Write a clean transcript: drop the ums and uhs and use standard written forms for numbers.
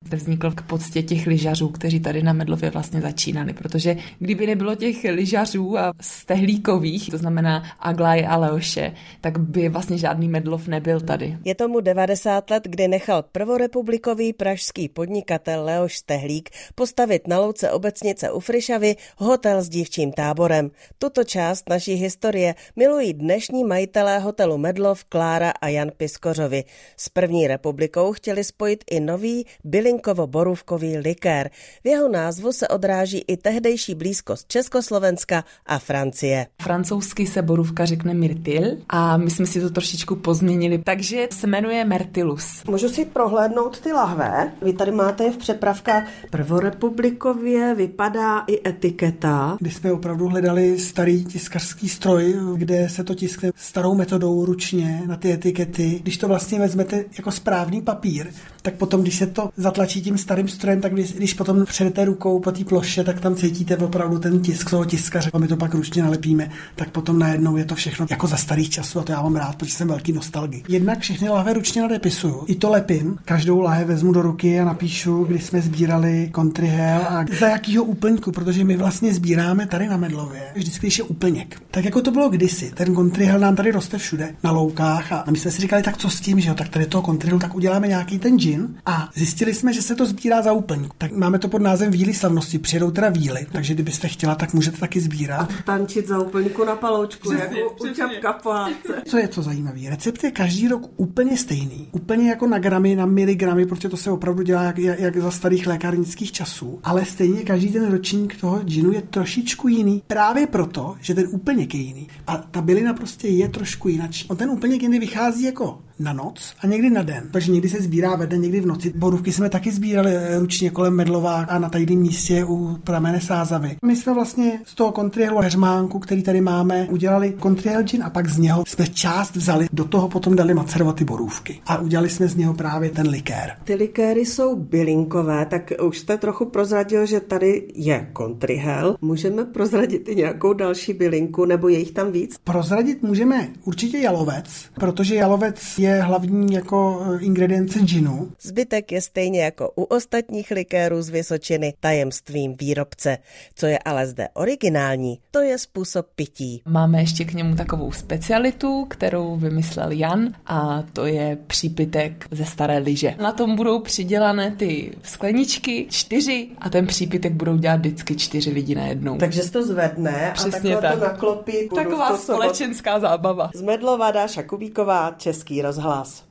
Vznikl k poctě těch lyžařů, kteří tady na Medlově vlastně začínali, protože kdyby nebylo těch lyžařů a stehlíkových, to znamená Aglaje a Leoše, tak by vlastně žádný Medlov nebyl tady. Je tomu 90 let, kdy nechal prvorepublikový pražský podnikatel Leoš Stehlík postavit na louce Obecnice u Frišavy hotel s dívčím táborem. Tuto část naší historie milují dnešní majitelé hotelu Medlov Klára a Jan Piskořovi. S první republikou chtěli spojit i nový bylinkovo-borůvkový likér. V jeho názvu se odráží i tehdejší blízkost Československa a Francie. Francouzsky se borůvka řekne myrtil a my jsme si to trošičku pozměnili, takže se jmenuje Myrtilus. Můžu si prohlédnout ty lahve? Vy tady máte v přepravkách prvorepublikově, vypadá i etiketa. Když jsme opravdu hledali starý tiskařský stroj, kde se to tiskne starou metodou ručně na ty etikety. Když to vlastně vezmete jako správný papír, tak potom, když se to zatlačí tím starým strojem, tak když potom předete rukou po té ploše, tak tam cítíte opravdu ten tisk toho tiskaře. A my to pak ručně nalepíme, tak potom najednou je to všechno jako za starých časů a to já mám rád, protože jsem velký nostalgik. Jednak všechny lahve ručně nadepisuju. I to lepím. Každou lahev vezmu do ruky a napíšu, kdy jsme sbírali country hell a za jakýho úplňku, protože my vlastně sbíráme tady na Medlově. Vždycky, když je úplněk. Tak jako to bylo kdysi. Ten country hell nám tady roste všude na loukách a my jsme si říkali, tak co s tím, že jo, tak tady toho country hell, tak uděláme nějaký ten gin a zjistili jsme, že se to sbírá za úplňku. Tak máme to pod názvem Víly slavnosti. Přijedou teda víly, takže kdybyste chtěla, tak můžete taky sbírat. A tančit za úplňku na paloučku, jako u Čapka v pohádce. Co je to zajímavé? Recept je každý rok úplně stejný. Úplně jako na gramy, na miligramy, protože to se opravdu dělá jak za starých lékárnických časů. Ale stejně každý ten ročník toho džinu je trošičku jiný. Právě proto, že ten úplněk je jiný. A ta bylina prostě je trošku jinačí. On ten úplněk jindy vychází jako na noc a někdy na den. Takže někdy se sbírá ve den, někdy v noci. Borůvky jsme taky sbírali ručně kolem Medlova a na tajném místě u pramene Sázavy. My jsme vlastně z toho country hellu heřmánku, který tady máme, udělali country hell gin a pak z něho jsme část vzali, do toho potom dali macerovat ty borůvky. A udělali jsme z něho právě ten likér. Ty likéry jsou bylinkové, tak už jste trochu prozradil, že tady je country hell. Můžeme prozradit i nějakou další bylinku, nebo je jich tam víc? Prozradit můžeme určitě jalovec, protože jalovec je hlavní jako ingredience džinu. Zbytek je stejně jako u ostatních likérů z Vysočiny tajemstvím výrobce. Co je ale zde originální, to je způsob pití. Máme ještě k němu takovou specialitu, kterou vymyslel Jan a to je přípitek ze staré lyže. Na tom budou přidělané ty skleničky 4 a ten přípitek budou dělat vždycky 4 lidi najednou. Takže se to zvedne přesně a takhle tak. To naklopí. Taková společenská zábava. Z Medlova Dáša Kubíková, Český rozhlas.